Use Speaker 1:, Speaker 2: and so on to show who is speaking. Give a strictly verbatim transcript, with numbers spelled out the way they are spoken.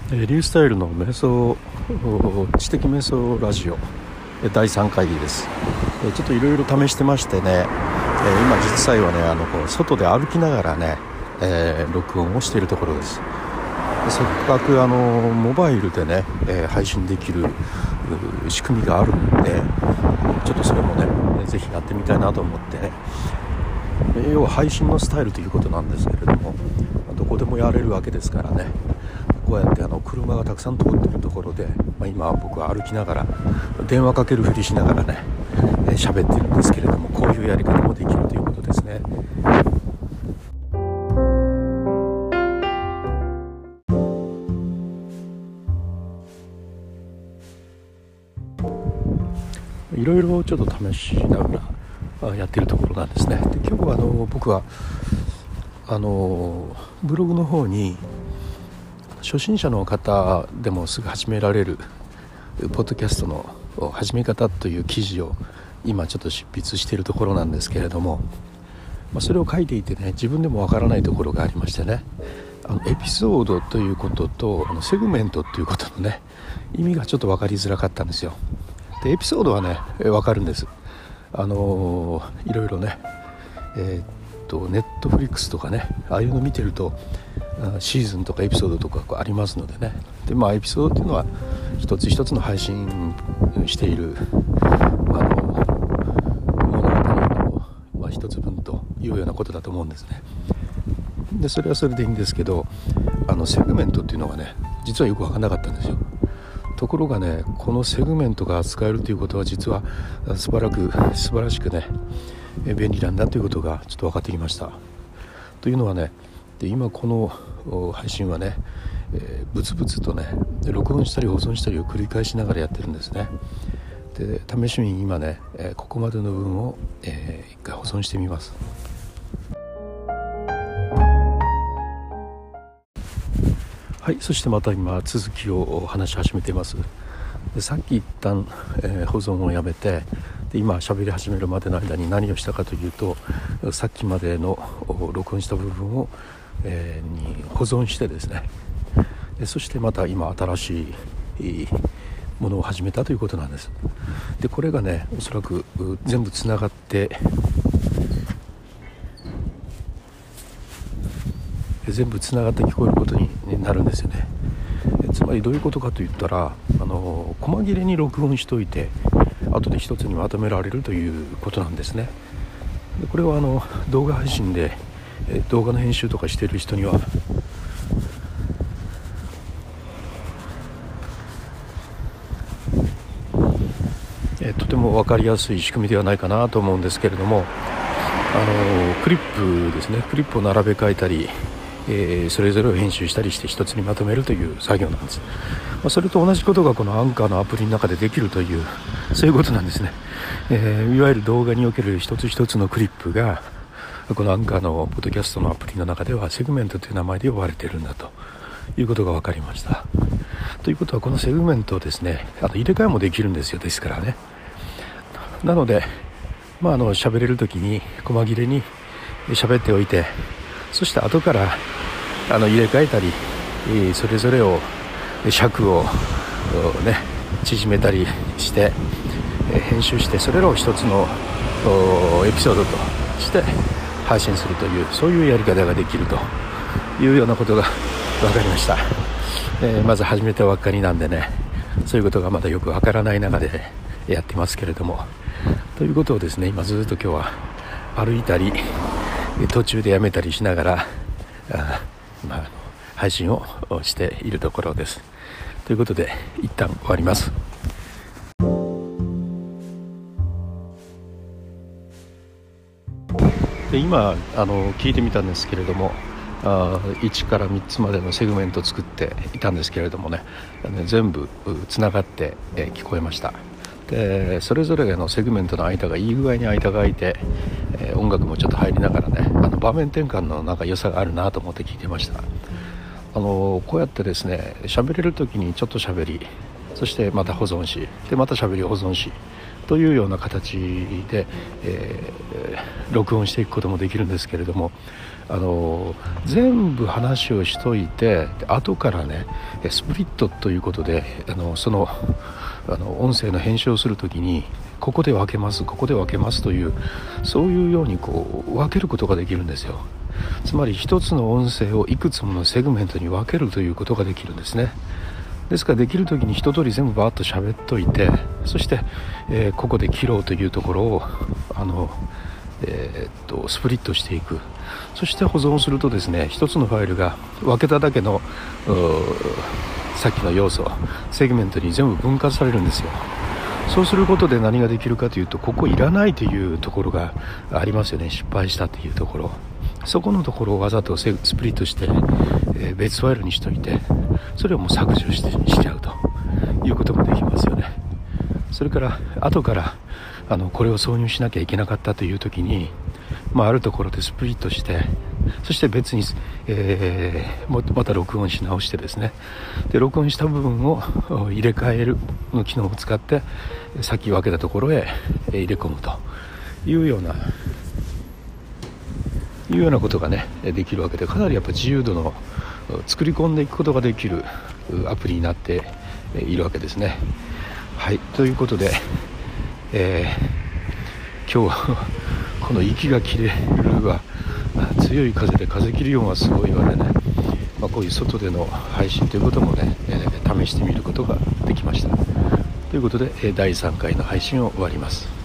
Speaker 1: えーリュースタイルの瞑想知的瞑想ラジオだいさんかいです。えーちょっといろいろ試してましてね、えー今実際はねあのこう外で歩きながらね、えー録音をしているところです。でせっかくあのモバイルでね、えー配信できる仕組みがあるんで、ちょっとそれもねぜひやってみたいなと思ってね、要は配信のスタイルということなんですけれども、どこでもやれるわけですからね、こうやってあの車がたくさん通っているところで、まあ、今僕は歩きながら電話かけるふりしながらね喋、えー、ってるんですけれども、こういうやり方もできるということですね。いろいろちょっと試しながらやっているところなんですね。で今日はあの僕はあのブログの方に初心者の方でもすぐ始められるポッドキャストの始め方という記事を今ちょっと執筆しているところなんですけれども、まあ、それを書いていてね、自分でもわからないところがありましてね、あのエピソードということとあのセグメントということのね意味がちょっと分かりづらかったんですよ。でエピソードはね分かるんです。あのー、いろいろね、えー、っとネットフリックスとかね、ああいうの見てるとシーズンとかエピソードとかありますのでね。でまあエピソードっていうのは一つ一つの配信しているあの物語の、まあ、一つ分というようなことだと思うんですね。でそれはそれでいいんですけど、あのセグメントっていうのがね実はよく分かんなかったんですよ。ところがね、このセグメントが扱えるということは実は素晴らく素晴らしくね便利なんだということがちょっと分かってきました。というのはね、で今この配信はね、えー、ブツブツとね録音したり保存したりを繰り返しながらやってるんですね。で試しに今ね、えー、ここまでの分を、えー、一回保存してみます。はい、そしてまた今続きを話し始めています。でさっき一旦、えー、保存をやめて、で今喋り始めるまでの間に何をしたかというと、さっきまでの録音した部分を、えー、に保存してですね、でそしてまた今新しいものを始めたということなんです。でこれがねおそらく全部つながって全部つながって聞こえることになるんですよね。つまりどういうことかといったら、あの細切れに録音しておいて後で一つにまとめられるということなんですね。でこれはあの動画配信で動画の編集とかしている人にはえとても分かりやすい仕組みではないかなと思うんですけれども、あのクリップですね、クリップを並べ替えたり、えー、それぞれを編集したりして一つにまとめるという作業なんです。まあ、それと同じことがこのアンカーのアプリの中でできるという、そういうことなんですね。えー、いわゆる動画における一つ一つのクリップがこのアンカーのポッドキャストのアプリの中ではセグメントという名前で呼ばれているんだということが分かりました。ということはこのセグメントをですね、あの入れ替えもできるんですよ。ですからね、なのでまああの喋れる時に細切れに喋っておいて、そして後からあの入れ替えたり、それぞれを尺を、ね、縮めたりして編集して、それらを一つのエピソードとして配信するという、そういうやり方ができるというようなことが分かりました。えー、まず始めたばっかりなんでね、そういうことがまだよく分からない中でやってますけれども、ということをですね今ずっと今日は歩いたり途中でやめたりしながらあ、まあ、配信をしているところです。ということで一旦終わります。で今あの聞いてみたんですけれども、あいちからみっつまでのセグメントを作っていたんですけれどもね、全部つながって聞こえました。でそれぞれのセグメントの間がいい具合に間が空いて、えー、音楽もちょっと入りながらね、あの場面転換のなんか良さがあるなと思って聞いてました。あのこうやってですね喋れる時にちょっと喋り、そしてまた保存し、でまた喋り保存しというような形で、えー、録音していくこともできるんですけれども、あの全部話をしといて後からねスプリットということであのそのあの音声の編集をするときにここで分けますここで分けますというそういうようにこう分けることができるんですよ。つまり一つの音声をいくつものセグメントに分けるということができるんですね。ですからできるときに一通り全部バーッと喋っといて、そして、えー、ここで切ろうというところをあの、えー、っとスプリットしていく。そして保存するとですね、一つのファイルが分けただけのさっきの要素セグメントに全部分割されるんですよ。そうすることで何ができるかというと、ここいらないというところがありますよね。失敗したというところ、そこのところをわざとスプリットして、えー、別ファイルにしといて、それをもう削除してしちゃうということもできますよね。それから後からあのこれを挿入しなきゃいけなかったという時に、まあ、あるところでスプリットして、そして別に、えー、また録音し直してですね、で録音した部分を入れ替えるの機能を使ってさっき分けたところへ入れ込むというようないうようなことがねできるわけで、かなりやっぱ自由度の作り込んでいくことができるアプリになっているわけですね。はい、ということで、えー、今日この息が切れるわ、強い風で風切り音はすごいわね、まあ、こういう外での配信ということもね、えー、試してみることができました。ということでだいさんかいの配信を終わります。